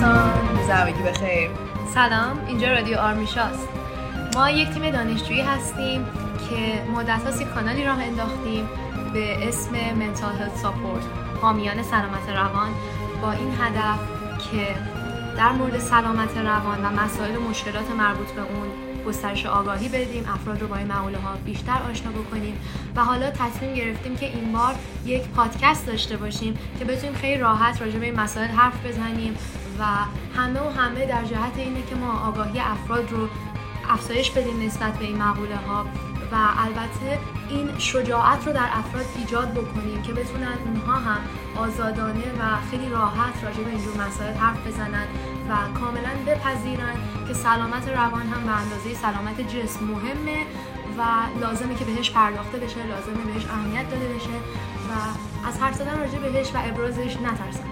دوستان، زمگی بخیر. سلام، اینجا رادیو آرمیشاست. ما یک تیم دانشجویی هستیم که مدت کانالی راه انداختیم به اسم منتال هلت ساپورت، حامیان سلامت روان، با این هدف که در مورد سلامت روان و مسائل و مشکلات مربوط به اون گسترش آگاهی بدیم، افراد رو با این مقوله ها بیشتر آشنا بکنیم و حالا تصمیم گرفتیم که این بار یک پادکست داشته باشیم که بتونیم خیلی راحت راجع به این مسائل حرف بزنیم و همه در جهت اینه که ما آگاهی افراد رو افزایش بدیم نسبت به این مقوله ها و البته این شجاعت رو در افراد ایجاد بکنیم که بتونن اونها هم آزادانه و خیلی راحت راجع به اینجور مسائل حرف بزنن و کاملا بپذیرن که سلامت روان هم به اندازه سلامت جسم مهمه و لازمه که بهش پرداخته بشه، لازمه بهش اهمیت داده بشه و از حرف زدن راجع بهش و ابرازش نترسن.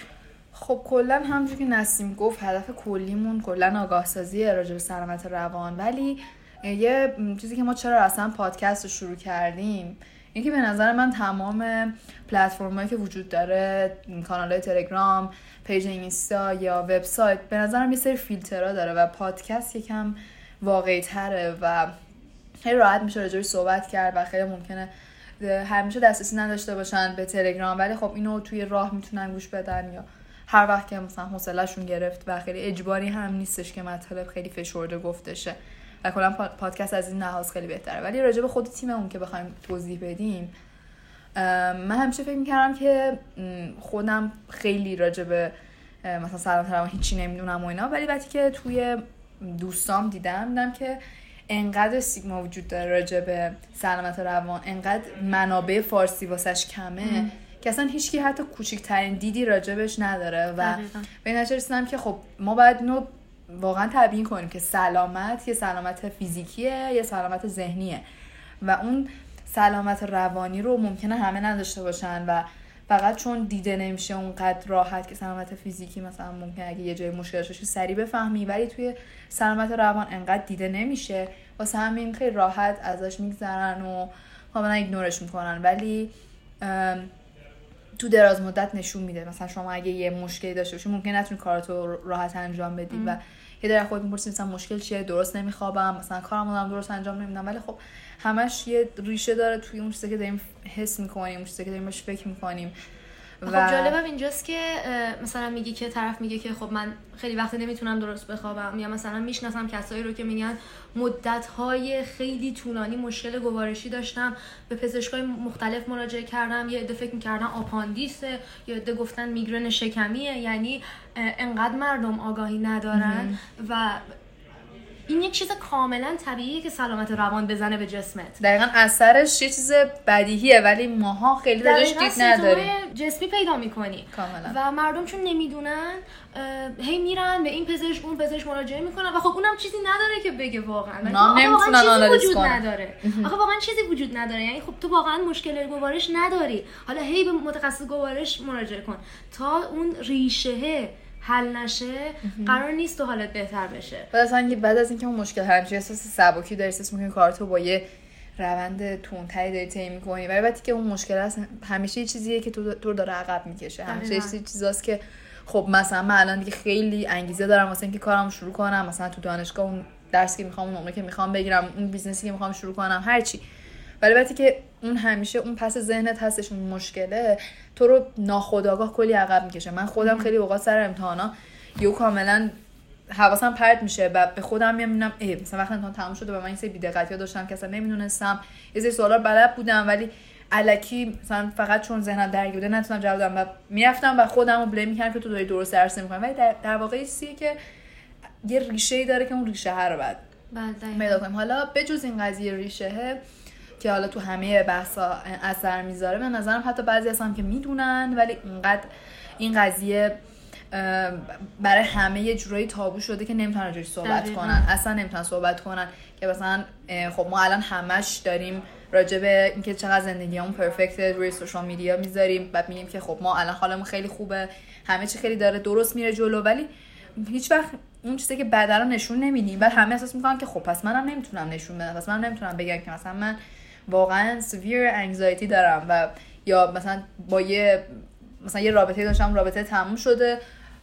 خب کلا همونجوری که نسیم گفت هدف کلیمون کلا آگاه سازی راجع به سلامت روان، ولی یه چیزی که ما چرا اصلا پادکست رو شروع کردیم اینه که به نظر من تمام پلتفرمایی که وجود داره، کانال‌های تلگرام، پیج اینستا یا وبسایت، به نظرم یه سری فیلترها داره و پادکست یکم واقعی‌تره و خیلی راحت میشه راجعش صحبت کرد و خیلی ممکنه همیشه دسترسی نداشته باشن به تلگرام، ولی خب اینو توی راه میتونن گوش بدن یا هر وقت که مثلا حوصله‌شون گرفت و خیلی اجباری هم نیستش که مطلب خیلی فشرده گفته شه و کلا پادکست از این لحاظ خیلی بهتره. ولی راجع به خود تیممون که بخوایم توضیح بدیم، من همیشه فکر می‌کردم که خودم خیلی راجع به مثلا سلامت روان هیچی نمیدونم و اینا، ولی وقتی که توی دوستام دیدم که انقدر استیگما وجود داره راجع به سلامت روان، انقدر منابع فارسی واسش کمه که اصلا هیچکی حتی کوچکترین دیدی راجبش نداره و به این نتیجه رسیدم که خب ما باید اینو واقعا تبیین کنیم که سلامت یه سلامت فیزیکیه، یه سلامت ذهنیه و اون سلامت روانی رو ممکنه همه نداشته باشن و فقط چون دیده نمیشه اونقدر راحت که سلامت فیزیکی مثلا ممکنه اگه یه جای مشکل داشته سریع بفهمی، ولی توی سلامت روان انقدر دیده نمیشه، واسه همین خیلی راحت ازش میگذرن و کاملا ایگنورش میکنن. ولی تو دراز مدت نشون میده مثلا شما اگه یه مشکلی داشته باشی ممکنه نتونی کاراتو راحت انجام بدی و یه در خودت میپرسی مثلا مشکل چیه، درست نمیخوابم، مثلا کارمو دارم درست انجام نمیدم، ولی خب همش یه ریشه داره توی اون چیزی که داریم حس میکنیم، اون چیزی که داریم بهش فکر میکنیم. خب جالبم اینجاست که مثلا میگی که طرف میگه که خب من خیلی وقت نمیتونم درست بخوابم، یا مثلا میشناسم کسایی رو که میگن مدت‌های خیلی طولانی مشکل گوارشی داشتم، به پزشکای مختلف مراجعه کردم، یه عده فکر می‌کردن آپاندیسه، یه عده گفتن میگرن شکمیه، یعنی انقدر مردم آگاهی ندارن و این یک چیز کاملا طبیعیه که سلامت روان بزنه به جسمت. دقیقاً اثرش یه چیز بدیهیه ولی ماها خیلی درش دید نداریم، جسمی پیدا می‌کنی و مردم چون نمیدونن هی میرن به این پزشک اون پزشک مراجعه میکنن و خب اونم چیزی نداره که بگه واقعا نمیتونن آنالیز کنن. نداره. آخه واقعا چیزی وجود نداره، یعنی خب تو واقعا مشکل گوارش نداری، حالا هی به متخصص گوارش مراجعه کن تا اون ریشه حل نشه، قرار نیست تو حالت بهتر بشه. بعد از اینکه اون مشکل حل میشه احساس سبکی داری، احساس می‌کنی کارتو با یه روند تندتری داری طی می‌کنی، ولی وقتی که اون مشکل هست همیشه یه چیزیه که تو داره عقب میکشه، همیشه یه چیزاست که خب مثلا من الان دیگه خیلی انگیزه دارم واسه اینکه کارمو شروع کنم، مثلا تو دانشگاه اون درسی که می‌خوام، اون نمره که می‌خوام بگیرم، اون بیزنسی که می‌خوام شروع کنم، هر چی، ولی وقتی که اون همیشه اون پس ذهنت هستش، اون مشکله تو رو ناخودآگاه کلی عقب میکشه. من خودم خیلی اوقات سر امتحانا یهو کاملا حواسم پرت میشه و به خودم میبینم مثلا وقتی امتحان تموم شده و من این سری بی‌دقتی‌ها داشتم که اصلا نمیدونستم، یه سری سوالا بلد بودم ولی الکی مثلا فقط چون ذهنم درگیر بوده نتونم جواب بدم و میرفتم و خودمو بلیم می‌کردم که تو داری درست درس نمی‌خونی، ولی در واقع چیزیه که یه ریشه‌ای داره که اون ریشه رو بعد پیدا کنیم. حالا بجز این قضیه ریشه که حالا تو همه بحثا اثر میذاره، به نظرم حتی بعضی هستن که میدونن ولی اینقدر این قضیه برای همه یه جورایی تابو شده که نمیتونن راجعش صحبت کنن، اصلا نمیتونن صحبت کنن که مثلا خب ما الان همش داریم راجع به اینکه چقدر زندگیمون پرفکته روی سوشال میدیا میذاریم، بعد میگیم که خب ما الان حالمون خیلی خوبه، همه چی خیلی داره درست میره جلو، ولی هیچ وقت اون چیزی که بعدا رو نشون نمیدیم. بعد همه احساس میکنن که خب پس منم نمیتونم نشون بدم، پس منم نمیتونم بگم که مثلا من واقعا severe anxiety دارم و یا مثلا با یه رابطه داشتم، رابطه تموم شده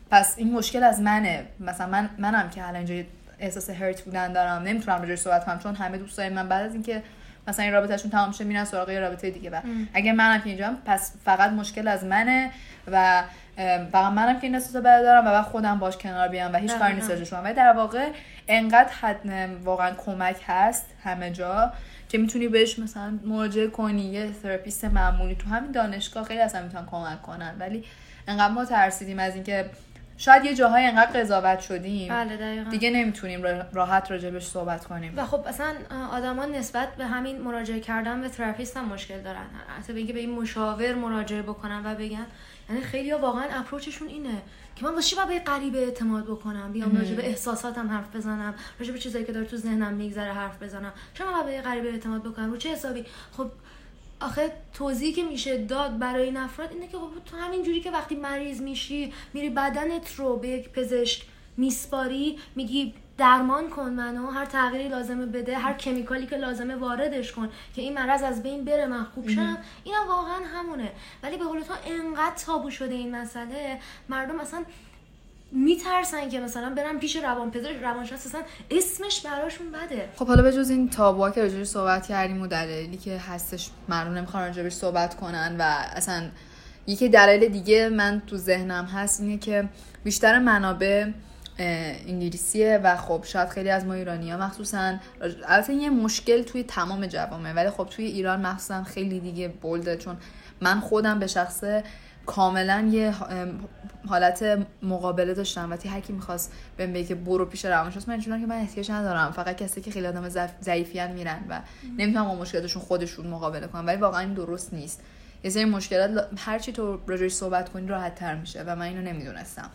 پس این مشکل از منه. مثلا منم که الان اینجا احساس هرت بودن دارم، نمیتونم راجعش صحبت کنم چون همه دوستای من بعد از اینکه مثلا این رابطهشون تمام شه میرن سراغ یه رابطه دیگه و اگه منم که اینجام پس فقط مشکل از منه و فقط منم که این احساسو دارم و بعد خودم باش کنار بیام و هیچ کاری نیست راجعش کنم. ولی در واقع انقدر واقعا کمک هست همه جا که میتونی بهش مثلا مراجعه کنی، یه تراپیست معمولی تو همین دانشگاه خیلی اصلا میتونن کمک کنن. ولی انقدر ما ترسیدیم از اینکه شاید یه جاهای انقدر قضاوت شدیم بله دیگه نمیتونیم راحت راجبش صحبت کنیم. و خب اصلا آدما نسبت به همین مراجعه کردن به تراپیست هم مشکل دارن، حتی به این مشاور مراجعه بکنن و بگن، یعنی خیلی‌ها واقعا اپروچشون اینه که من واسه به غریبه اعتماد بکنم، بیام راجع به احساساتم حرف بزنم، راجع به چیزایی که داره تو ذهنم میگذره حرف بزنم، چرا به غریبه اعتماد بکنم، رو چه حسابی؟ خب آخه توضیحی که میشه داد برای این افراد اینه که خب تو همین جوری که وقتی مریض میشی میری بدنت رو به یک پزشک میسپاری، میگی درمان کن منو، هر تغییری لازمه بده، هر کمیکالی که لازمه واردش کن که این مرض از بین بره، من خوب شم، اینا واقعا همونه. ولی به قول تو انقدر تابو شده این مسئله، مردم اصلا میترسن که مثلا برن پیش روانپزشک، روانشناس، اصلا اسمش براشون بده. خب حالا به جز این تابوها که راجعش صحبت کردیم و دلایلی که هستش مردم نمیخوان راجعش صحبت کنن و اصلا یکی دلیل دیگه من تو ذهنم هست اینه که بیشتر منابع انگلیسیه و خب شاید خیلی از ما ایرانی‌ها مخصوصا، البته یه مشکل توی تمام جوامع ولی خب توی ایران مخصوصا خیلی دیگه بولده، چون من خودم به شخصه کاملا یه حالت مقابله داشتم. وقتی هر کی می‌خواست بهم بگه که برو پیش روانشناس، من اینجوریه که من احتیاج ندارم، فقط کسی که خیلی آدم ضعیفیان میرن و نمیتونن با مشکلاتشون خودشون مقابله کنن. ولی واقعا این درست نیست. یه سری مشکلات هر چی تو راجعش صحبت کنی راحت‌تر میشه و من اینو نمیدونستم.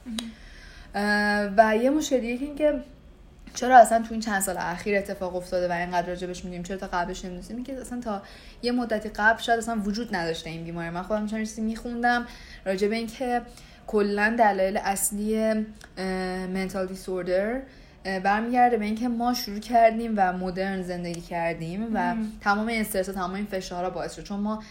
و یه مشکل دیگه که چرا اصلا تو این چند سال اخیر اتفاق افتاده و اینقدر راجبش میدونیم، چرا تا قبلش نمیدونیم، که اصلا تا یه مدتی قبل شاید اصلا وجود نداشته این بیماری. من خودم چند چیزی میخوندم راجب این که کلا دلایل اصلی منتال دیسوردر برمیگرده به این که ما شروع کردیم و مدرن زندگی کردیم و تمام این استرس و تمام این فشارها باعث شد، چون ما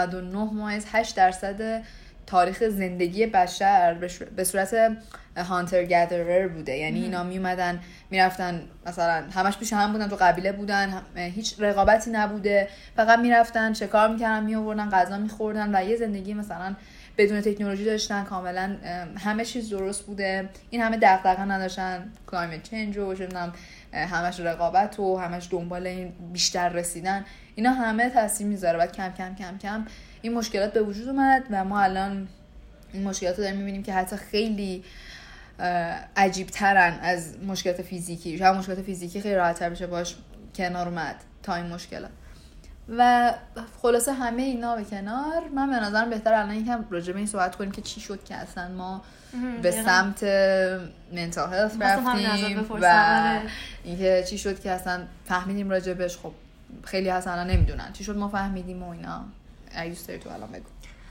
99.8% تاریخ زندگی بشر به صورت هانتر گدرر بوده. یعنی اینا می اومدن میرفتن، مثلا همش پیش هم بودن، تو قبیله بودن، هیچ رقابتی نبوده، فقط میرفتن شکار میکردن، میآوردن غذا میخوردن و یه زندگی مثلا بدون تکنولوژی داشتن، کاملا همه چیز درست بوده، این همه دغدغه نداشتن کلایمت چنج و چندم همش رقابت و همش دنبال این بیشتر رسیدن. اینا همه تاثیر میذاره و کم کم کم کم این مشکلات به وجود اومد و ما الان این مشکلات رو داریم میبینیم که حتی خیلی عجیب ترن از مشکلات فیزیکی. شاید مشکلات فیزیکی خیلی راحت تر بشه باش کنار اومد تا این مشکلات. و خلاصه همه اینا به کنار، من به نظرم بهتر الان یکم راجع به این صحبت کنیم که چی شد که اصلا ما به سمت منتال هلت رفتیم و اینکه چی شد که اصلا فهمیدیم راجع بهش. خب خیلی اصلا نمیدونن چی شد ما فهمیدیم و اینا. اگه دوست داری تو الان بگو.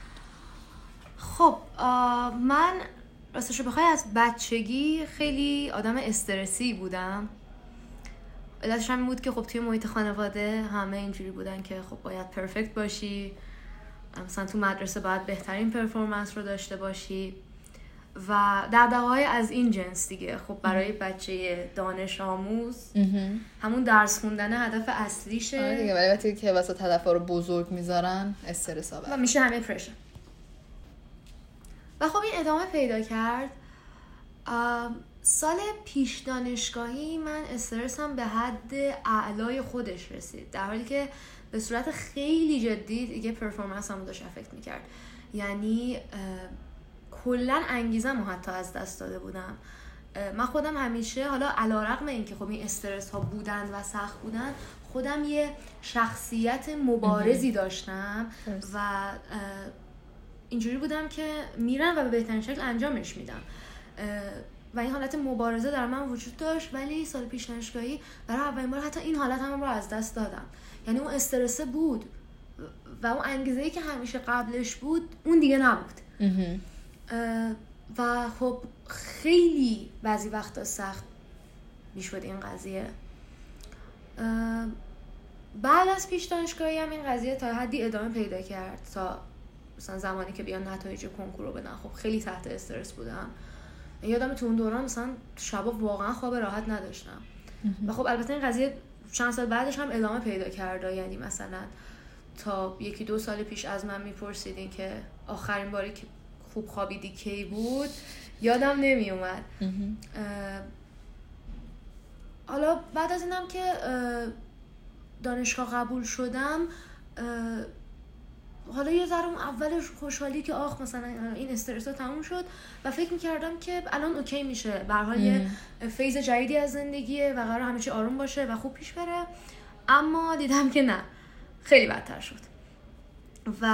خب من راستش رو بخوای از بچگی خیلی آدم استرسی بودم. علتش هم بود که خب توی محیط خانواده همه اینجوری بودن که خب باید پرفکت باشی، مثلا تو مدرسه باید بهترین پرفورمنس رو داشته باشی و دغدغه‌های از این جنس دیگه. خب برای بچه دانش آموز همون درس خوندن هدف اصلیشه دیگه، ولی وقتی که واسه هدفا رو بزرگ میذارن استرس آور و میشه همه پرشن. و خب این ادامه پیدا کرد. سال پیش دانشگاهی من استرسم به حد اعلای خودش رسید، در حالی که به صورت خیلی جدی دیگه پرفورمنسم رو داشت افکت میکرد. یعنی کلن انگیزم رو حتی از دست داده بودم. من خودم همیشه، حالا علیرغم این که خب این استرس ها بودن و سخت بودن، خودم یه شخصیت مبارزی داشتم و اینجوری بودم که میرم و به بهترین شکل انجامش میدم و این حالت مبارزه در من وجود داشت. ولی سال پیش دانشگاهی برای اولین بار حتی این حالت هم رو از دست دادم. یعنی اون استرس بود و اون انگیزه‌ای که همیشه قبلش بود اون دیگه نبود. و خب خیلی بعضی وقتا سخت میشد این قضیه. بعد از پیش دانشگاهی هم این قضیه تا حدی ادامه پیدا کرد تا مثلا زمانی که بیان نتایج کنکور رو بدن. خب خیلی تحت استرس بودم، یادم تو اون دوران مثلا شبا واقعا خواب راحت نداشتم. و خب البته این قضیه چند سال بعدش هم ادامه پیدا کرده. یعنی مثلا تا 1-2 سال پیش از من میپرسیدین که آخرین باری که خوب خوابیدی کی بود، یادم نمی اومد. حالا بعد از اینم که دانشگاه قبول شدم، حالا یه ذره اون اول خوشحالی که آخ مثلا این استرس ها تموم شد و فکر میکردم که الان اوکی میشه، به هر حال یه فیز جدیدی از زندگیه و قرار همه چی آروم باشه و خوب پیش بره. اما دیدم که نه، خیلی بدتر شد و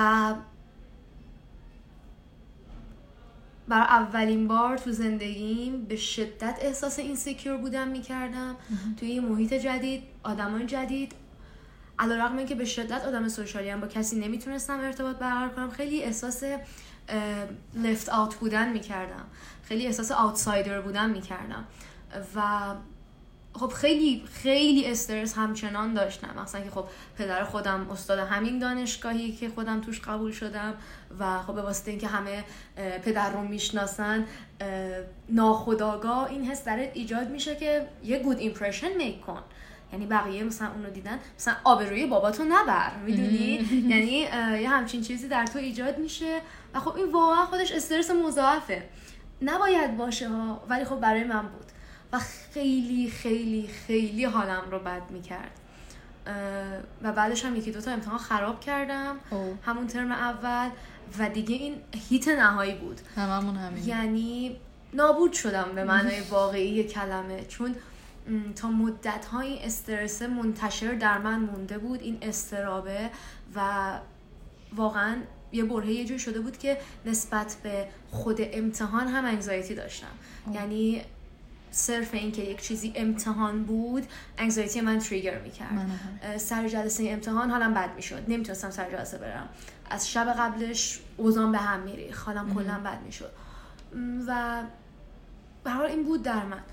برای اولین بار تو زندگیم به شدت احساس اینسیکیور بودم میکردم توی یه محیط جدید، آدمای جدید. علیرغم اینکه به شدت آدم سوشالی ام، با کسی نمیتونستم ارتباط برقرار کنم، خیلی احساس لفت آوت بودن میکردم، خیلی احساس آوتسایدر بودن میکردم و خب خیلی خیلی استرس همچنان داشتم. مثلا که خب پدر خودم استاد همین دانشگاهی که خودم توش قبول شدم و خب به واسطه اینکه همه پدر رو میشناسن، ناخودآگاه این حس درت ایجاد میشه که یه گود ایمپرشن میک کن. یعنی بقیه مثلا اونو دیدن، مثلا آبروی باباتو نبر، میدونی؟ یعنی یه همچین چیزی در تو ایجاد میشه و خب این واقعا خودش استرس مضاعفه. نباید باشه ها، ولی خب برای من بود و خیلی خیلی خیلی حالم رو بد میکرد و بعدش هم 1-2 تا امتحان خراب کردم همون ترم اول و دیگه این هیت نهایی بود. هممون همین. یعنی نابود شدم به معنای واقعی کلمه، چون تا مدت‌ها این استرس منتشر در من مونده بود، این استرابه، و واقعا یه برهه یه جوری شده بود که نسبت به خود امتحان هم انگزایتی داشتم. یعنی صرف این که یک چیزی امتحان بود انگزایتی من تریگر میکرد. سر جلسه امتحان حالم بد میشد، نمیتونستم سر جلسه برم، از شب قبلش اوزان به هم میریخت، حالم کلا بد میشد و به هر حال این بود در من.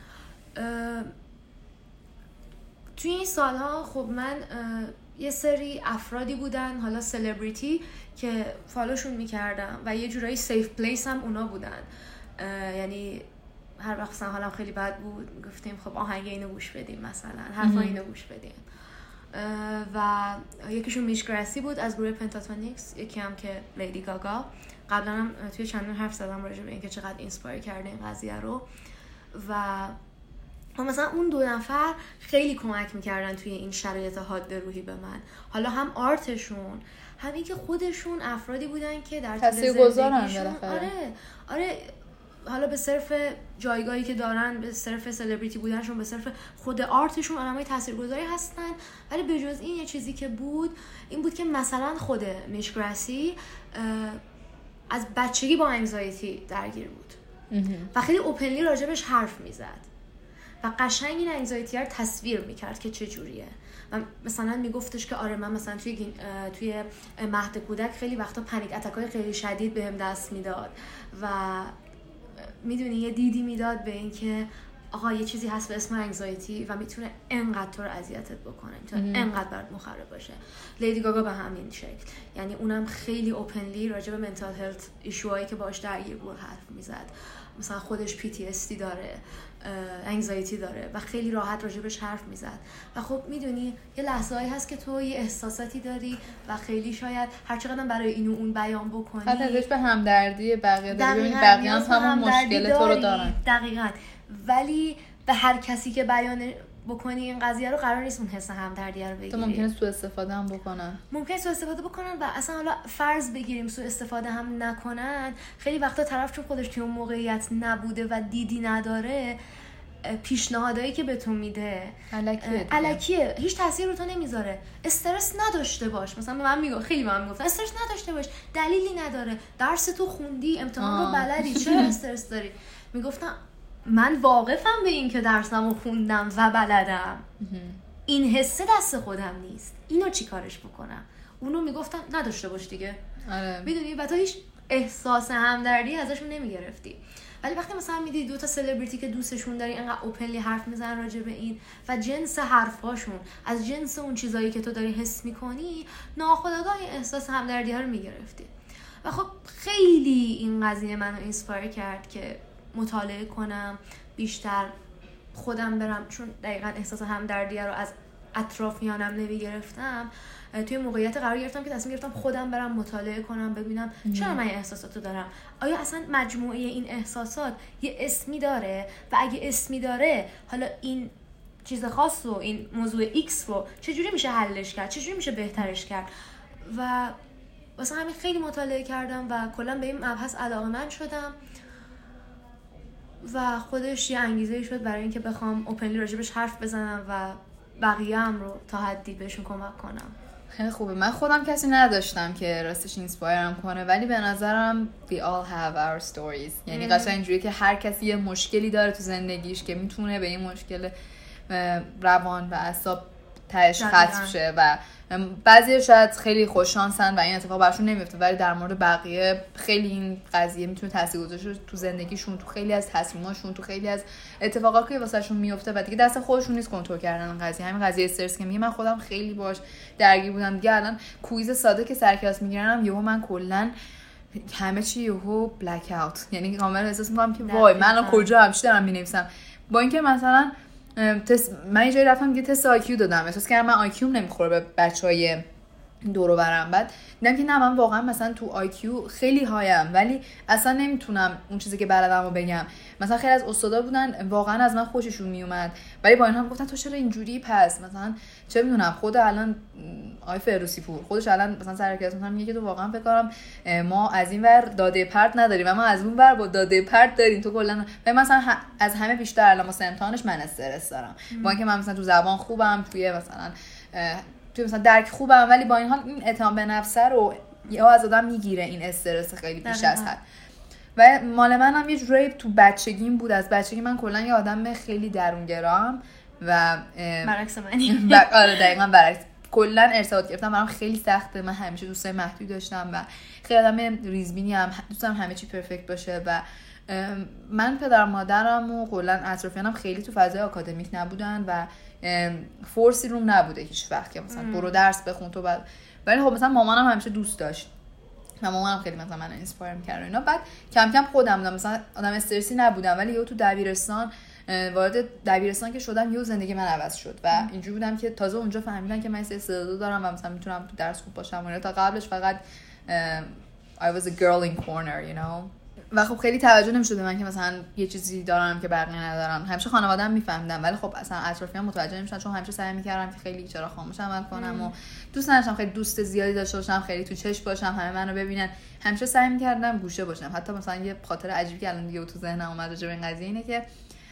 توی این سالها خب من یه سری افرادی بودن، حالا سلبریتی، که فالوشون میکردم و یه جورایی سیف پلیس هم اونا بودن. یعنی هر وقت حالم خیلی بد بود میگفتیم خب آهنگ اینو گوش بدیم، مثلا حرفای اینو گوش بدیم. و یکیشون میش گراسی بود از گروه پنتاتونیکس، یکی هم که لیدی گاگا. قبلا هم توی چندین حرف زدم راجع به اینکه چقدر اینسپایر کرده این قضیه رو و مثلا اون 2 نفر خیلی کمک میکردن توی این شرایط حاد روحی به من. حالا هم آرتشون، همین که خودشون افرادی بودن که در طول زندگیشون آره حالا به صرف جایگاهی که دارن، به صرف سلبریتی بودنشون، به صرف خود آرتشون آدمای تاثیرگذاری هستن. ولی به جز این یه چیزی که بود این بود که مثلا خود میش گراسی از بچگی با انگزایتی درگیر بود و خیلی اوپنلی راجبش حرف میزد و قشنگ این انگزایتی رو تصویر میکرد که چه جوریه. و مثلا میگفتش که آره من مثلا توی مهد کودک خیلی وقتا پنیک اتکای خیلی شدید بهم دست میداد و میدونی یه دیدی میداد به این که آقا یه چیزی هست به اسم انگزایتی و میتونه انقدر تو رو اذیتت بکنه، میتونه انقدر برات مخرب باشه. لیدی گاگا به همین شکل، یعنی اونم خیلی اوپنلی راجع به منتال هلت ایشوهایی که باهاش درگیر بود حرف میزد. مثلا خودش PTSD داره، انگزایتی داره و خیلی راحت راجبش حرف میزد. و خب میدونی یه لحظه‌ای هست که تو یه احساساتی داری و خیلی شاید هر چقدر برای اینو اون بیان بکنی، حتی ازش به همدردی بقیه داری، ببینی بقیه هم همون مشکل تو رو دارن. دقیقاً. ولی به هر کسی که بیان بکنی این قضیه رو قرار نیست اون حس همدردی رو بگیری. تو ممکنه سوء استفاده هم بکنن. ممکنه سوء استفاده بکنن و اصلا حالا فرض بگیریم سوء استفاده هم نکنن، خیلی وقتا طرف چون خودش توی اون موقعیت نبوده و دیدی نداره، پیشنهادایی که به تو میده الکیه، هیچ تاثیر رو تو نمیذاره. استرس نداشته باش، مثلا من میگم خیلی من میگفتن استرس نداشته باش، دلیلی نداره، درس تو خوندی، امتحان رو بلدی، چرا استرس داری؟ میگفتم من واقفم به این که درسمو خوندم و بلدم، این حسه دست خودم نیست، اینو چی کارش بکنم؟ اونو میگفتم نداشته باش دیگه. آره. میدونی و تو هیچ احساس همدردی ازشون نمیگرفتی. ولی وقتی مثلا میدی 2 تا سلبریتی که دوستشون داری اینقدر اوپنلی حرف میزنن راجع به این و جنس حرفاشون از جنس اون چیزایی که تو داری حس میکنی، ناخودآگاه احساس همدردی ها رو میگرفتی. و خب خیلی این قضیه منو اینسپایر کرد که مطالعه کنم بیشتر، خودم برم، چون دقیقاً احساس همدردی رو از اطرافیانم نمیگرفتم، توی موقعیت قرار گرفتم که تصمیم گرفتم خودم برم مطالعه کنم، ببینم چرا من این احساساتو دارم، آیا اصلا مجموعه این احساسات یه اسمی داره و اگه اسمی داره حالا این چیز خاص رو، این موضوع X رو چجوری میشه حلش کرد، چجوری میشه بهترش کرد. و واسه همین خیلی مطالعه کردم و کلا به این مبحث علاقه‌مند شدم و خودش یه انگیزه شد برای اینکه بخوام اوپنلی راجبش حرف بزنم و بقیه هم رو تا حدی بهشون کمک کنم. خیلی خوبه. من خودم کسی نداشتم که راستش اینسپایرم کنه، ولی به نظرم we all have our stories. یعنی قشنگ اینجوریه که هر کسی یه مشکلی داره تو زندگیش که میتونه به این مشکل روان و اعصاب تهش ختم شه و بعضی شاید خیلی خوش شانسن و این اتفاق براشون نمیفته، ولی در مورد بقیه خیلی این قضیه میتونه تاثیرگذار تو زندگیشون، تو خیلی از تصمیماشون، تو خیلی از اتفاقاتی که واسهشون میفته و دیگه دست خودشون نیست کنترل کردن این قضیه. همین قضیه استرس که میگم من خودم خیلی باش درگیر بودم دیگه. الان کویز ساده که سر کلاس میگیرنم یهو من کلا همه چی یهو بلک اوت، یعنی کاملا احساس میکنم که وای من کجا همش دارم مینویسم. با اینکه مثلا من یه جایی رفتم دیگه تست IQ دادم، احساس کردم من IQ نمیخوره به بچهای دور و برم. بعد دیدم که نه من واقعا مثلا تو IQ خیلی هایم ولی اصلا نمیتونم اون چیزی که بلدم رو بگم. مثلا خیلی از استادا بودن واقعا از من خوششون میومد ولی با این هم گفتن تو چرا اینجوری، پس مثلا چه میدونم خود الان آی فروسی پور خودش الان مثلا سر کلاس مثلا میگه که تو واقعا فکر کنم ما از این ور داده پرت نداریم اما از اون ور با داده پرت داریم، تو کلا مثلا از همه بیشتر الان واسه امتحانش من استرس دارم. با اینکه من مثلا تو زبان خوبم، توی مثلا درک خوبم، ولی با این حال این اعتماد به نفس رو یا از آدم میگیره این استرس خیلی بیش از حد. و مال منم یه جوری تو بچگیم بود. از بچگی من کلا یه آدم خیلی درونگرام و برعکس منی. آره دقیقاً برعکس. کلا ارتباط گرفتم برام خیلی سخته. من همیشه دوستای محدودی داشتم و خیلی آدم ریزبینی ام، دوستم همه چی پرفکت باشه و من پدر مادرم و کلا اطرافیانم خیلی تو فضای آکادمیک نبودن و فورسی روم نبوده هیچ وقت که مثلا برو درس بخون تو بعد. ولی خب مثلا مامانم همیشه دوست داشت و مامانم خیلی مثلا من اینسپایر می‌کرد اینا. بعد کم کم خودم بودم مثلا آدم استرسی نبودم ولی یهو تو دبیرستان وارد دبیرستان که شدم یهو زندگی من عوض شد و اینجوری بودم که تازه اونجا فهمیدن که من استعداد دارم و مثلا میتونم تو درس خوب باشم و تا قبلش فقط I was a girl in corner you know. و خب خیلی توجه نمی‌شد به من که مثلا یه چیزی دارم که بقیه ندارم. همیشه خانواده‌ام میفهمیدن ولی خب اصلا اطرافیان متوجه نمی‌شدن چون همیشه سعی می‌کردم که خیلی چرا خاموش عمل کنم و دوست نداشتم خیلی دوست زیادی داشته باشم، خیلی تو چشم باشم، همه منو ببینن. همیشه سعی می‌کردم گوشه باشم. حتی مثلا یه خاطر عجیبی که الان دیگه تو ذهنم اومد راجع به این قضیه اینه که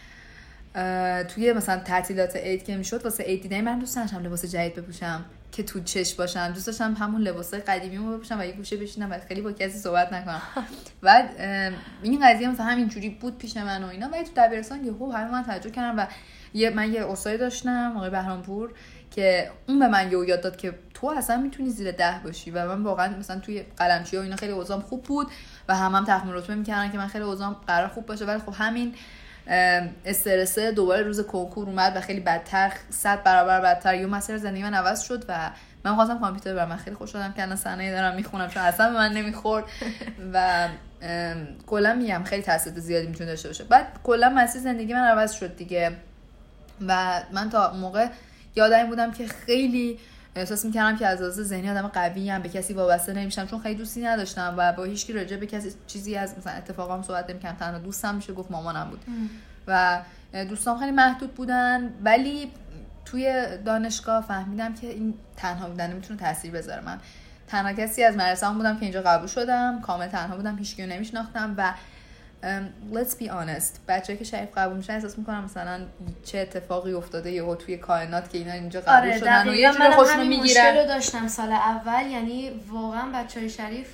توی مثلا تعطیلات عید که میشد واسه عید دیدن من دوست داشتم لباس جدید بپوشم که تو چش باشم، دوست داشتم همون لباسای قدیمیمو بپوشم و یه گوشه بشینم و خیلی با کسی صحبت نکنم. بعد این قضیه مثلا همین جوری بود پیش من و اینا. ولی تو دبیرستان یهو همه من تعجب کردم و من یه استاد داشتم آقای بهرامپور که اون به من یاد داد که تو اصلا میتونی زیر 10 باشی و من واقعا مثلا توی قلمچی و اینا خیلی اوضاعم خوب بود و هم تخمین رتبه می‌کردن که من خیلی اوضاعم قرار خوب باشه. ولی خب همین استرس دوباره روز کنکور اومد و خیلی بدتر 100 برابر بدتر یه مسیر زندگی من عوض شد و من خواستم کامپیوتر برم. من خیلی خوش شدم که الان صنایع دارم میخونم چون اصلا به من نمیخورد و کلا میگم خیلی تاثیر زیادی میتونه داشته باشه. بعد کلا مسیر زندگی من عوض شد دیگه و من تا موقع یادم بودم که خیلی احساس میکردم که از لحاظ ذهنی آدم قوی ام، به کسی وابسته نمیشم چون خیلی دوستی نداشتم و با هیچ کی راجع به کسی چیزی از مثلا اتفاقام صحبت نمی‌کردم. تنها دوستم میشه گفت مامانم بود و دوستام خیلی محدود بودن. ولی توی دانشگاه فهمیدم که این تنها بودن نمیتونه تاثیر بذاره. من تنها کسی از مدرسه‌ام بودم که اینجا قبول شدم، کامل تنها بودم، هیچ کیو نمیشناختم و let's be honest بچه‌ای که شریف قبول میشن احساس میکنم مثلا چه اتفاقی افتاده یهو توی کائنات که اینا اینجا قبول شدن و یه جوری خوشونو میگیرن. مشکل رو داشتم سال اول، یعنی واقعا بچه‌های شریف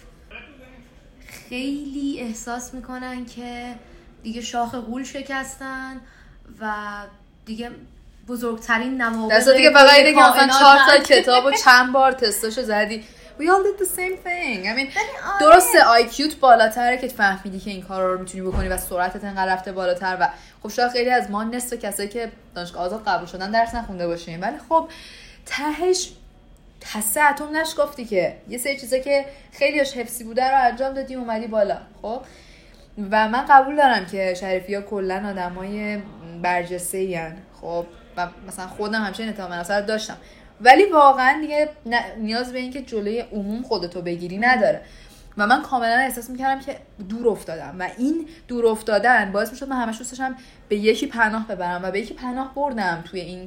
خیلی احساس میکنن که دیگه شاخ غول شکستن و دیگه بزرگترین نوابغ دستا دیگه فقط اینه که مثلا 4 تا کتابو چند بار تستاشو زدی. We all did the same thing. I mean درسته IQت بالاتره که فهمیدی که این کارا رو میتونی بکنی و سرعتت انقدر رفته بالاتر و خب شاید خیلی از ما نصف کسایی که دانشگاه آزاد قبول شدن درس نخونده باشیم ولی خب تهش حسه اتم نشکافتی که یه سری چیزا که خیلیش حفظی بوده رو انجام دادی اومدی بالا. خب و من قبول دارم که شریفی‌ها کلا آدمای برجسته‌ای ان. خب و مثلا خودم همچین اعتماد نفس داشتم، ولی واقعا دیگه نیاز به این که جلوی عموم خودتو بگیری نداره و من کاملا احساس میکردم که دور افتادم و این دور افتادن باعث میشد من همش دوست داشتم به یکی پناه ببرم و به یکی پناه بردم توی این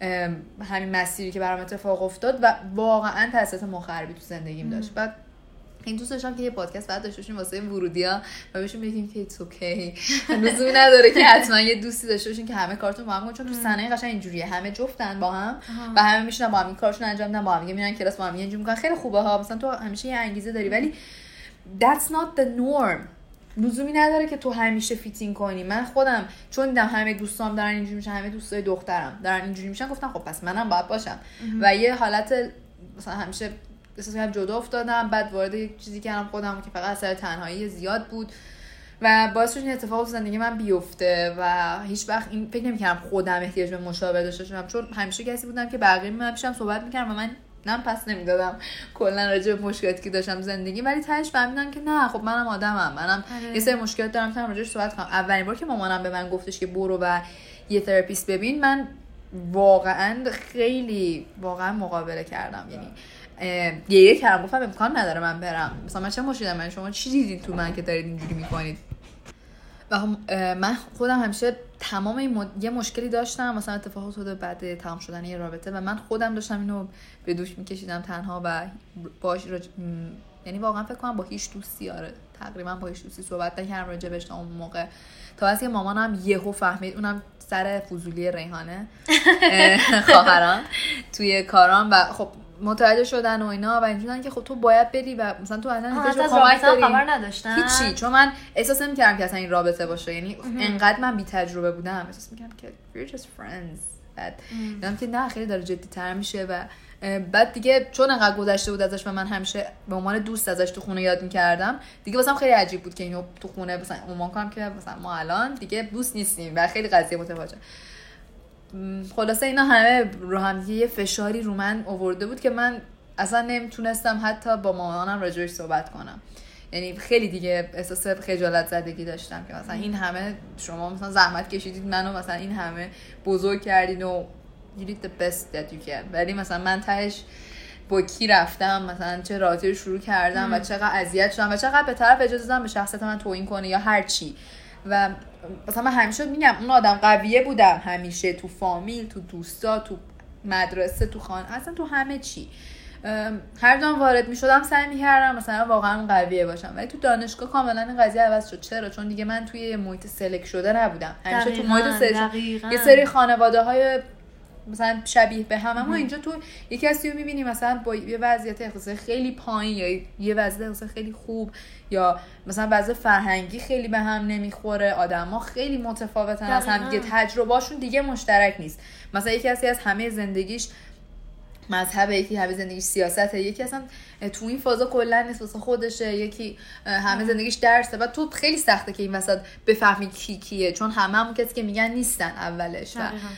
همین مسیری که برام اتفاق افتاد و واقعا تاثیرات مخربی تو زندگیم داشت. بعد این دوست داشتم که یه پادکست بعد داشته باشیم واسه ورودی‌ها و بهشون بگیم که ایتس اوکی، لزومی نداره که حتما یه دوستی داشته باشین که همه کارتون با هم کنن، چون تو صنایع قشنگ اینجوریه، همه جفتن با هم و همه میشنن با هم این کارشون انجام میدن، با هم میرن کلاس، با هم اینجوری میکنن، خیلی خوبه ها، مثلا تو همیشه یه انگیزه داری، ولی that's not the norm. لزومی نداره که تو همیشه فیتینگ کنی. من خودم چون دیدم همه دوستام دارن اینجوری میشن، همه دوستای دخترم دارن اینجوری میشن، گفتم خب پس منم باید باشم و یه حالت مثلا همیشه احساس کردم جدا افتادم، بعد وارد یه چیزی کردم خودم که فقط اثر تنهایی زیاد بود و باعث شد این اتفاق تو زندگی من بیفته و هیچ وقت این فکر نمی‌کردم خودم احتیاج به مشاور داشته باشم، چون همیشه کسی بودم که بقیه من پیشم صحبت می‌کردم و من نم پس نمیدادم کلا راجع به مشکلاتی که داشتم زندگی، ولی تهش فهمیدم که نه، خب منم آدمم، منم یه سری مشکلات دارم که راجعش صحبت کنم. اولین بار که مامانم به من گفتش که برو و یه تراپیست ببین، من واقعا خیلی مقابله کردم، یعنی گریه کردم، گفتم امکان نداره من برم، مثلا من چه مشکلی دارم، شما چی دیدین تو من که دارید اینجوری میکنید؟ و من خودم همیشه تمام این یه مشکلی داشتم، مثلا اتفاقات افتاد بعد تمام شدن یه رابطه و من خودم داشتم اینو به دوش میکشیدم تنها و باش یعنی واقعا فکر کنم با هیچ دوستی تقریبا با هیچ دوستی صحبت نکردم راجبش تا اون موقع، تا وقتی که مامانم یهو فهمید، اونم سر فضولی ریحانه خواهران توی کارام و خب متوجه شدن و اینا و اینجوریه که خب تو باید بری و مثلا تو اصلا از رابطه خبر نداشتن هیچی، چون من احساس نمی‌کردم که اصلا این رابطه باشه، یعنی انقدر من بی تجربه بودم احساس می‌کردم که we're just friends، بعد دیدم که نه خیلی داره جدی‌تر میشه و بعد دیگه چون انقدر گذشته بود ازش و من همیشه به عنوان دوست ازش تو خونه یاد می‌کردم، دیگه واسم خیلی عجیب بود که اینو تو خونه مثلا عنوان کنم که مثلا ما الان دیگه دوست نیستیم و خیلی قضیه متفاوته. خلاصه اینا همه رو هم یه فشاری رو من آورده بود که من اصلا نمیتونستم حتی با مامانم راجعش صحبت کنم، یعنی خیلی دیگه احساس خجالت زدگی داشتم که مثلا این همه شما مثلا زحمت کشیدید منو مثلا این همه بزرگ کردین و you did the best that you can، ولی مثلا من تهش با کی رفتم، مثلا چه رابطه‌ای رو شروع کردم و چقدر اذیت شدم و چقدر به طرف اجازه دادم به شخصیت من توهین کنه یا هر چی. و مثلا من همیشه میگم اون آدم قویه بودم، همیشه تو فامیل، تو دوستا، تو مدرسه، تو خانه، اصلا تو همه چی هر جا وارد میشدم سعی میکردم مثلا واقعا قویه باشم، ولی تو دانشگاه کاملا این قضیه عوض شد. چرا؟ چون دیگه من توی محیط سلکت شده نبودم، همیشه تو محیط یه سری خانواده‌های مثلا شبیه به هم، اما اینجا تو یکی کسی رو میبینی مثلا با یه وضعیت اقتصادی خیلی پایین یا یه وضعیت اقتصادی خیلی خوب یا مثلا وضع فرهنگی خیلی به هم نمیخوره، آدما خیلی متفاوتن از هم دیگه، تجربهاشون دیگه مشترک نیست. مثلا یکی از همه زندگیش مذهب، یکی همه زندگیش سیاسته، یکی اصلا تو این فازا کلا نیست واسه خودشه، یکی همه زندگیش درسه و تو خیلی سخته که این وسط بفهمی کی کیه، چون همون کسی که میگن نیستن اولش.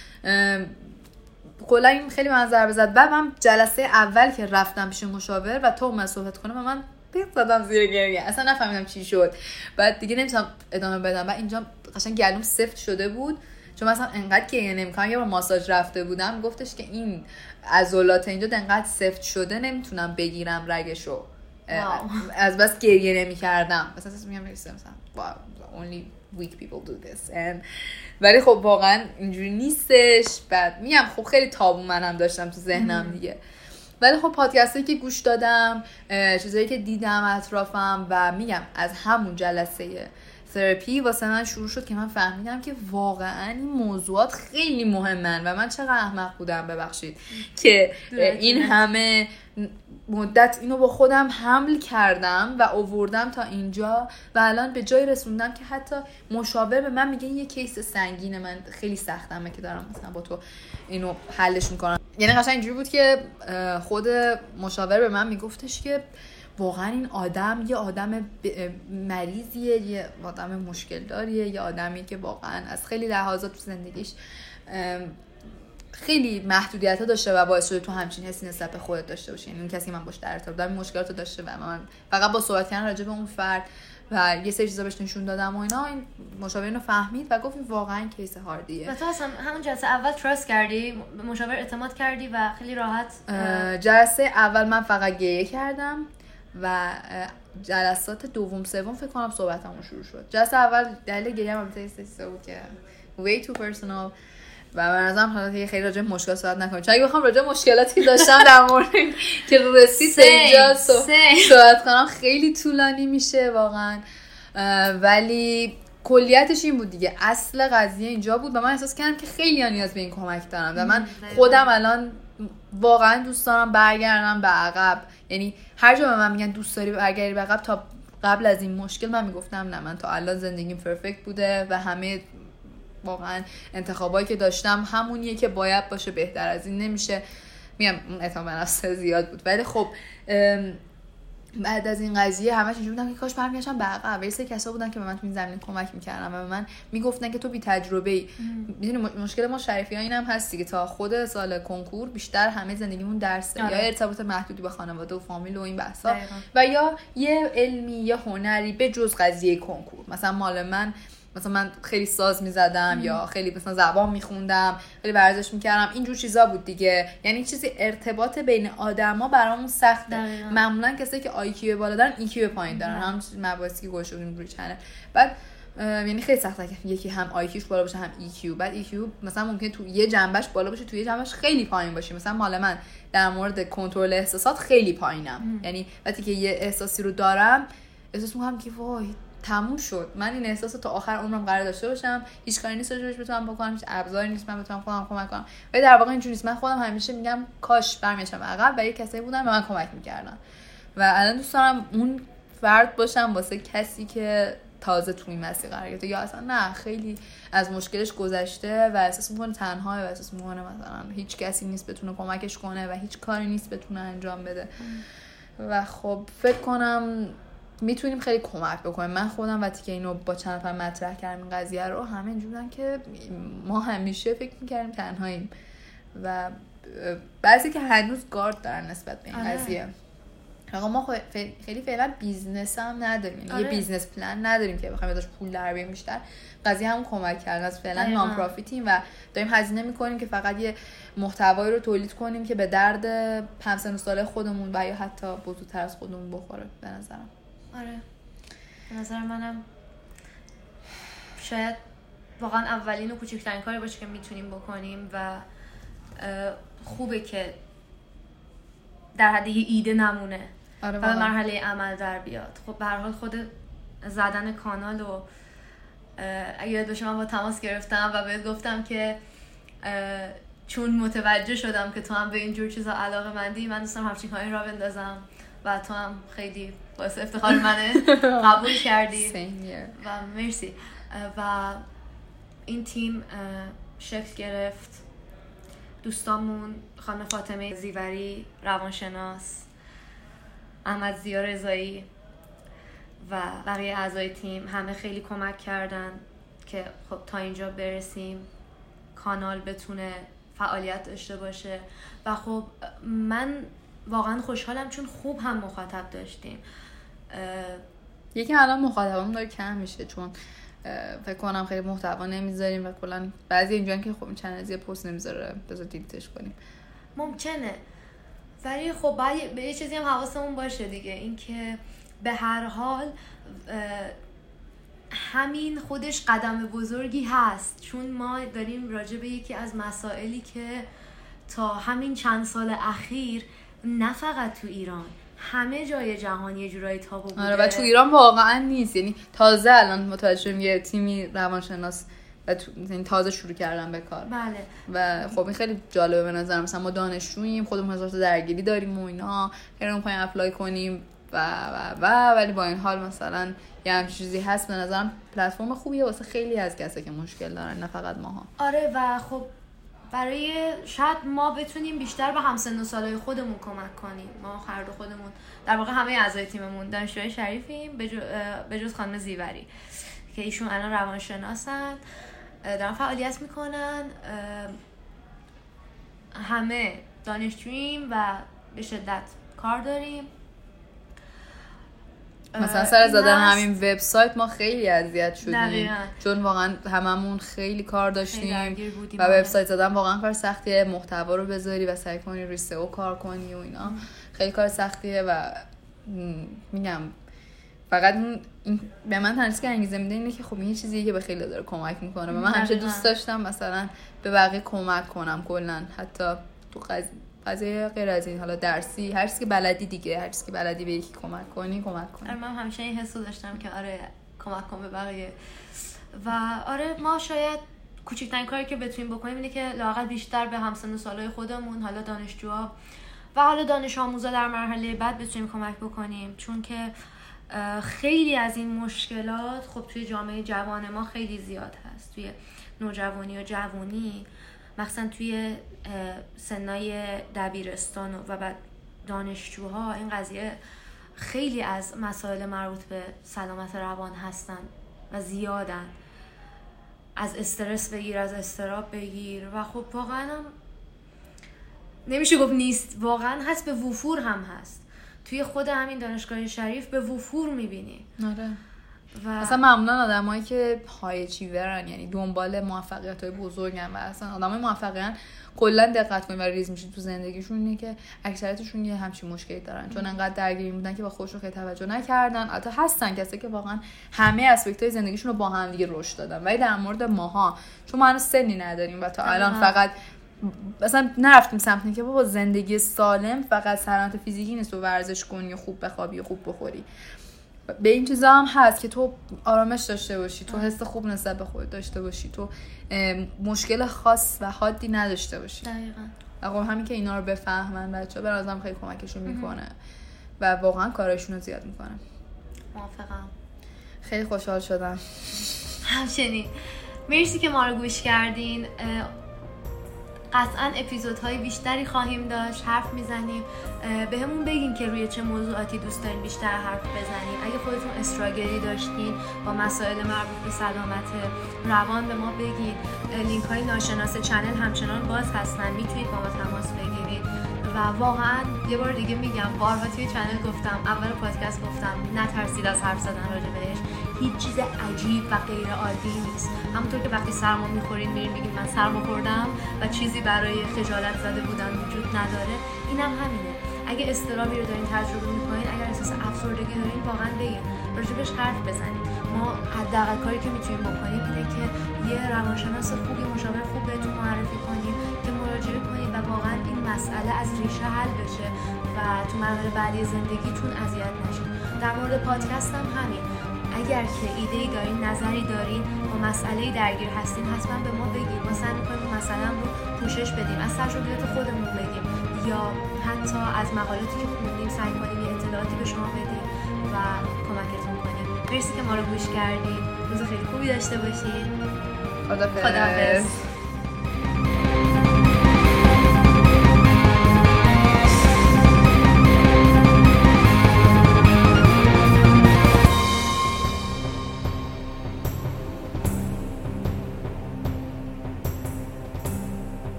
کلا این خیلی من ضربه زد. بعد من جلسه اول که رفتم پیش مشاور و تو من صحبت کنم و من پیق زدم زیر گریه، اصلا نفهمیدم چی شد، بعد دیگه نمیتونم ادامه بدم و اینجا قشنگ گلوم سفت شده بود، چون مثلا انقدر گریه نمیکنم. یه بار ماساژ رفته بودم گفتش که این عضلات اینجا انقدر سفت شده نمیتونم بگیرم رگشو، از بس گریه نمیکردم. مثلا میگم مثلا only weak people do this ولی خب واقعا اینجوری نیستش. بعد میگم خب خیلی تابو منم داشتم تو ذهنم دیگه، ولی خب پادکستایی که گوش دادم، چیزایی که دیدم اطرافم و میگم از همون جلسه تراپی واسه من شروع شد که من فهمیدم که واقعا این موضوعات خیلی مهمن و من چقدر احمق بودم، ببخشید، که این همه مدت اینو با خودم حمل کردم و آوردم تا اینجا و الان به جای رسوندم که حتی مشاور به من میگه یه کیس سنگینه، من خیلی سختمه که دارم مثلا با تو اینو حلش میکنم. یعنی قشنگ اینجوری بود که خود مشاور به من میگفتش که واقعا این آدم یه آدم مریضیه، یه آدم مشکل داریه، یه آدمی که واقعا از خیلی لحاظات تو زندگیش خیلی محدودیت‌ها داشته و باعث شده تو همچین حسی نسبت به خودت داشته باشی. یعنی این کسی من باش در ارتباط بودم مشکلاتو داشته و من فقط با صحبت کردن راجع به اون فرد و یه سری چیزا بهش نشون دادم و اینا، این مشاور اینو فهمید و گفت واقعا کیس هاردیه. و تو اصلا همون جلسه اول تراست کردی، مشاور اعتماد کردی و خیلی راحت؟ جلسه اول من فقط گریه کردم و جلسات دوم سوم فکر کنم صحبتمون شروع شد. جلسه اول دلیل گریه البته یه چیزی بود که way too personal و من ازم حالا خیلی راجع به مشکل صحبت نکنم، چون اگه بخوام راجع به مشکلاتی داشتم در مورد که رسید اینجا صحبت کنم خیلی طولانی میشه واقعا. ولی کلیتش این بود دیگه، اصل قضیه اینجا بود و من احساس کردم که خیلی نیاز به این کمک دارم و من خودم الان واقعا دوست دارم برگردم به عقب. یعنی هر جا به من میگن دوست داری برگردی به عقب، تا قبل از این مشکل من میگفتم نه، من تا الان زندگیم پرفکت بوده و همه واقعا انتخابایی که داشتم همونیه که باید باشه، بهتر از این نمیشه. میگم اعتماد به نفس زیاد بود، ولی خب بعد از این قضیه همش اینجوری بودم که کاش برمیگشتم به عقب. ولی سری کسا بودن که به من تو این زمینه کمک میکردن و به من میگفتن که تو بی تجربه‌ای. میدونی مشکل ما شریفی‌ها اینم هست که تا خود سال کنکور بیشتر همه زندگیمون درسه، یا ارتباط محدودی با خانواده و فامیل و این بحثا، و یا یه علمی یا هنری به جز قضیه کنکور. مثلا من خیلی ساز میزدم یا خیلی مثلا زبان میخوندم، خیلی ورزش میکردم، اینجور چیزا بود دیگه. یعنی چیزی ارتباط بین آدما برامون سخته. معمولا کسایی که آی کیو بالا دارن ای کیو پایین دارن، هم مباحثی که گوشودیم روی چنل. بعد یعنی خیلی سخته که یکی هم آی کیوش بالا باشه هم ای کیو. بعد ای کیو مثلا ممکنه تو یه جنبش بالا باشه، تو یه جنبش خیلی پایین باشه. مثلا مال من در مورد کنترل احساسات خیلی پایینم. یعنی وقتی که یه احساسی رو دارم احساس میکنم که وای تموم شد، من این احساس تا آخر عمرم قرار داشته باشم، هیچ کاری نیست روش بتونم بکنم، هیچ ابزاری نیست من بتونم خودم کمک کنم. ولی در واقع اینجوری نیست. من خودم همیشه میگم کاش برمیگشتم عقب و یه کسایی بودن به من کمک میکردن و الان دوست دارم اون فرد باشم واسه کسی که تازه توی این مسیر قرار گرفته یا اصلا نه خیلی از مشکلش گذشته و احساس میکنه تنهاه و احساس میکنه مثلا هیچ کسی نیست بتونه کمکش کنه و هیچ کاری نیست بتونه انجام بده. و خب فکر کنم میتونیم خیلی کمک بکنیم. من خودم وقتی که اینو با چند نفر مطرح کردم این قضیه رو، همه اینجوری بودن که ما همیشه فکر می‌کردیم تنهاییم و بعضی که هنوز گارد دارن نسبت به این قضیه. آقا ما خیلی فعلا بیزنس هم نداریم، یه بیزنس پلن نداریم که بخوایم ازش پول در بیاریم. بیشتر قضیه همون کمک کردن. از فعلا نان پروفیتیم و داریم هزینه میکنیم که فقط یه محتوایی رو تولید کنیم که به درد همسن و ساله خودمون و یا حتی بزرگتر از خودمون بخوره به نظرم. آره به نظر منم شاید واقعا اولین و کوچکترین کاری باشه که میتونیم بکنیم و خوبه که در حد یه ایده نمونه و به مرحله عمل در بیاد. خب به هر حال خود زدن کانال و اگه یاد باشه من با تماس گرفتم و بهت گفتم که چون متوجه شدم که تو هم به اینجور چیزا علاقه مندی، من دوستم همچین کاری را بندازم و تو هم خیلی باعث افتخار منه قبول کردی و مرسی. و این تیم شکل گرفت. دوستامون خانم فاطمه زیوری روانشناس، احمد زیا رضایی و بقیه اعضای تیم همه خیلی کمک کردن که خب تا اینجا برسیم، کانال بتونه فعالیت داشته باشه. و خب من واقعا خوشحالم چون خوب هم مخاطب داشتیم. یکی الان مخاطبمون داره کم میشه چون فکر کنم خیلی محتوا نمیذاریم و کلا بعضی اینجوریه که خب چنل زیاد پست نمیذاره بذار دیلیتش کنیم. ممکنه، ولی خب باید به یه چیزی هم حواسمون باشه دیگه، اینکه به هر حال همین خودش قدم بزرگی هست، چون ما داریم راجع به یکی از مسائلی که تا همین چند سال اخیر نه فقط تو ایران همه جای جهان یه جورایی تابو بوده. آره و تو ایران واقعا نیست. یعنی تازه الان متوجه شدیم یه تیمی روانشناس و یعنی تازه شروع کردن به کار. بله. و خب این خیلی جالبه به نظر. مثلا ما دانشجوییم، خودمون هزار تا درگیری داریم و اینا، خیلی پایین اپلای کنیم و ولی با این حال مثلا یه همچین چیزی هست. به نظرم پلتفرم خوبیه واسه خیلی از کسایی که مشکل دارن، نه فقط ماها. آره و خب برای شاید ما بتونیم بیشتر به همسن و سالای خودمون کمک کنیم. ما هر دو خودمون در واقع همه اعضای تیممون دانشجوی شریفیم به جز خانم زیوری که ایشون الان روانشناسن، دارن فعالیت میکنن. همه دانشجوییم و به شدت کار داریم. مثلا سر زدن همین وبسایت ما خیلی اذیت شدیم چون واقعا هممون خیلی کار داشتیم و وبسایت زدن واقعا کار سختیه. محتوا رو بذاری و سعی کنی روی سئو کار کنی و اینا خیلی کار سختیه و میگم فقط این به من تنظیم که انگیزه میده اینه که خب این چیزیه که به خیلی داره کمک میکنه و من همیشه دوست داشتم مثلا به بقیه کمک کنم کلا حتی تو قضیه غیر از این حالا درسی هر چیزی که بلدی دیگه هر چیزی که بلدی به یکی کمک کنی. من همیشه این حسو داشتم که آره کمک کنم به بقیه و آره ما شاید کوچکترین کاری که بتونیم بکنیم اینه که لااقل بیشتر به همسن و سالای خودمون حالا دانشجوها و حالا دانش آموزا در مرحله بعد بتونیم کمک بکنیم چون که خیلی از این مشکلات خب توی جامعه جوان ما خیلی زیاد هست توی نوجوانی و جوانی مثلا توی سنای دبیرستان و بعد دانشجوها این قضیه خیلی از مسائل مربوط به سلامت روان هستن و زیادن از استرس بگیر از اضطراب بگیر و خب واقعا هم نمیشه گفت نیست واقعا هست به وفور هم هست توی خود همین دانشگاه شریف به وفور میبینی. آره و اصلا معمولا آدمایی که های اچیورن یعنی دنبال موفقیت‌های بزرگن و اصلا آدمای موفقن کلا دقت کنید و ریز میشید تو زندگیشون اینه که اکثریتشون یه همچین مشکلی دارن چون انقدر درگیر بودن که به خودشون خیلی توجه نکردن. البته هستن کسایی که واقعا همه اسپکت‌های زندگیشون رو با هم دیگه رشد دادن ولی در مورد ماها چون ما هنوز سنی نداریم و تا الان فقط مثلا نرفتیم سمتی که بابا زندگی سالم فقط سلامت فیزیکی نیست و ورزش کنی و خوب بخوابی و خوب بخوری. به این چیزا هم هست که تو آرامش داشته باشی تو حس خوب نسبت به خودت داشته باشی تو مشکل خاص و حادی نداشته باشی. دقیقاً. همین که اینا رو بفهمن بچه‌ها به نظرم خیلی کمکشون میکنه و واقعا کارشون رو زیاد میکنه. موافقم. خیلی خوشحال شدم. همچنین. مرسی که ما رو گوش کردین. قطعاً اپیزودهای بیشتری خواهیم داشت حرف میزنیم به همون بگین که روی چه موضوعاتی دوست دارین بیشتر حرف بزنیم. اگه خودتون استراگلی داشتین با مسائل مربوط به سلامت روان به ما بگید. لینک های ناشناس چنل همچنان باز هستن میتونید با ما تماس بگیرید و واقعاً یه بار دیگه میگم بارها توی چنل گفتم اول پادکست گفتم نترسید از حرف زدن راجع بهش هیچ چیز عجیب و غیر عادی نیست. همونطور که وقتی سرما میخورین میرین میگین من سرما خوردم و چیزی برای خجالت زده بودن وجود نداره اینم همینه. اگه اضطرابی رو دارین تجربه میکنین اگر احساس افسردگی دارین واقعا بگین راجبش حرف بزنید. ما حداقل کاری که میتونیم بکنیم اینه که یه روانشناس خوبی مشاور خوب بهتون معرفی کنیم که مراجعه کنید و واقعا این مسئله از ریشه حل بشه و تو مراحل بعدی زندگیتون اذیت نشین. در مورد پادکست هم همین اگر که ایده‌ای دارین نظری دارین با مسئله‌ای درگیر هستین حتما به ما بگید. ما سعی می‌کنیم مثلا رو پوشش بدیم از تجربیات خودمون بگیم یا حتی از مقالاتی که خوندیم سعی کنیم یه اطلاعاتی به شما بدیم و کمکتون کنیم. مرسی که ما رو گوش کردید. روز خیلی خوبی داشته باشید. خداحافظ.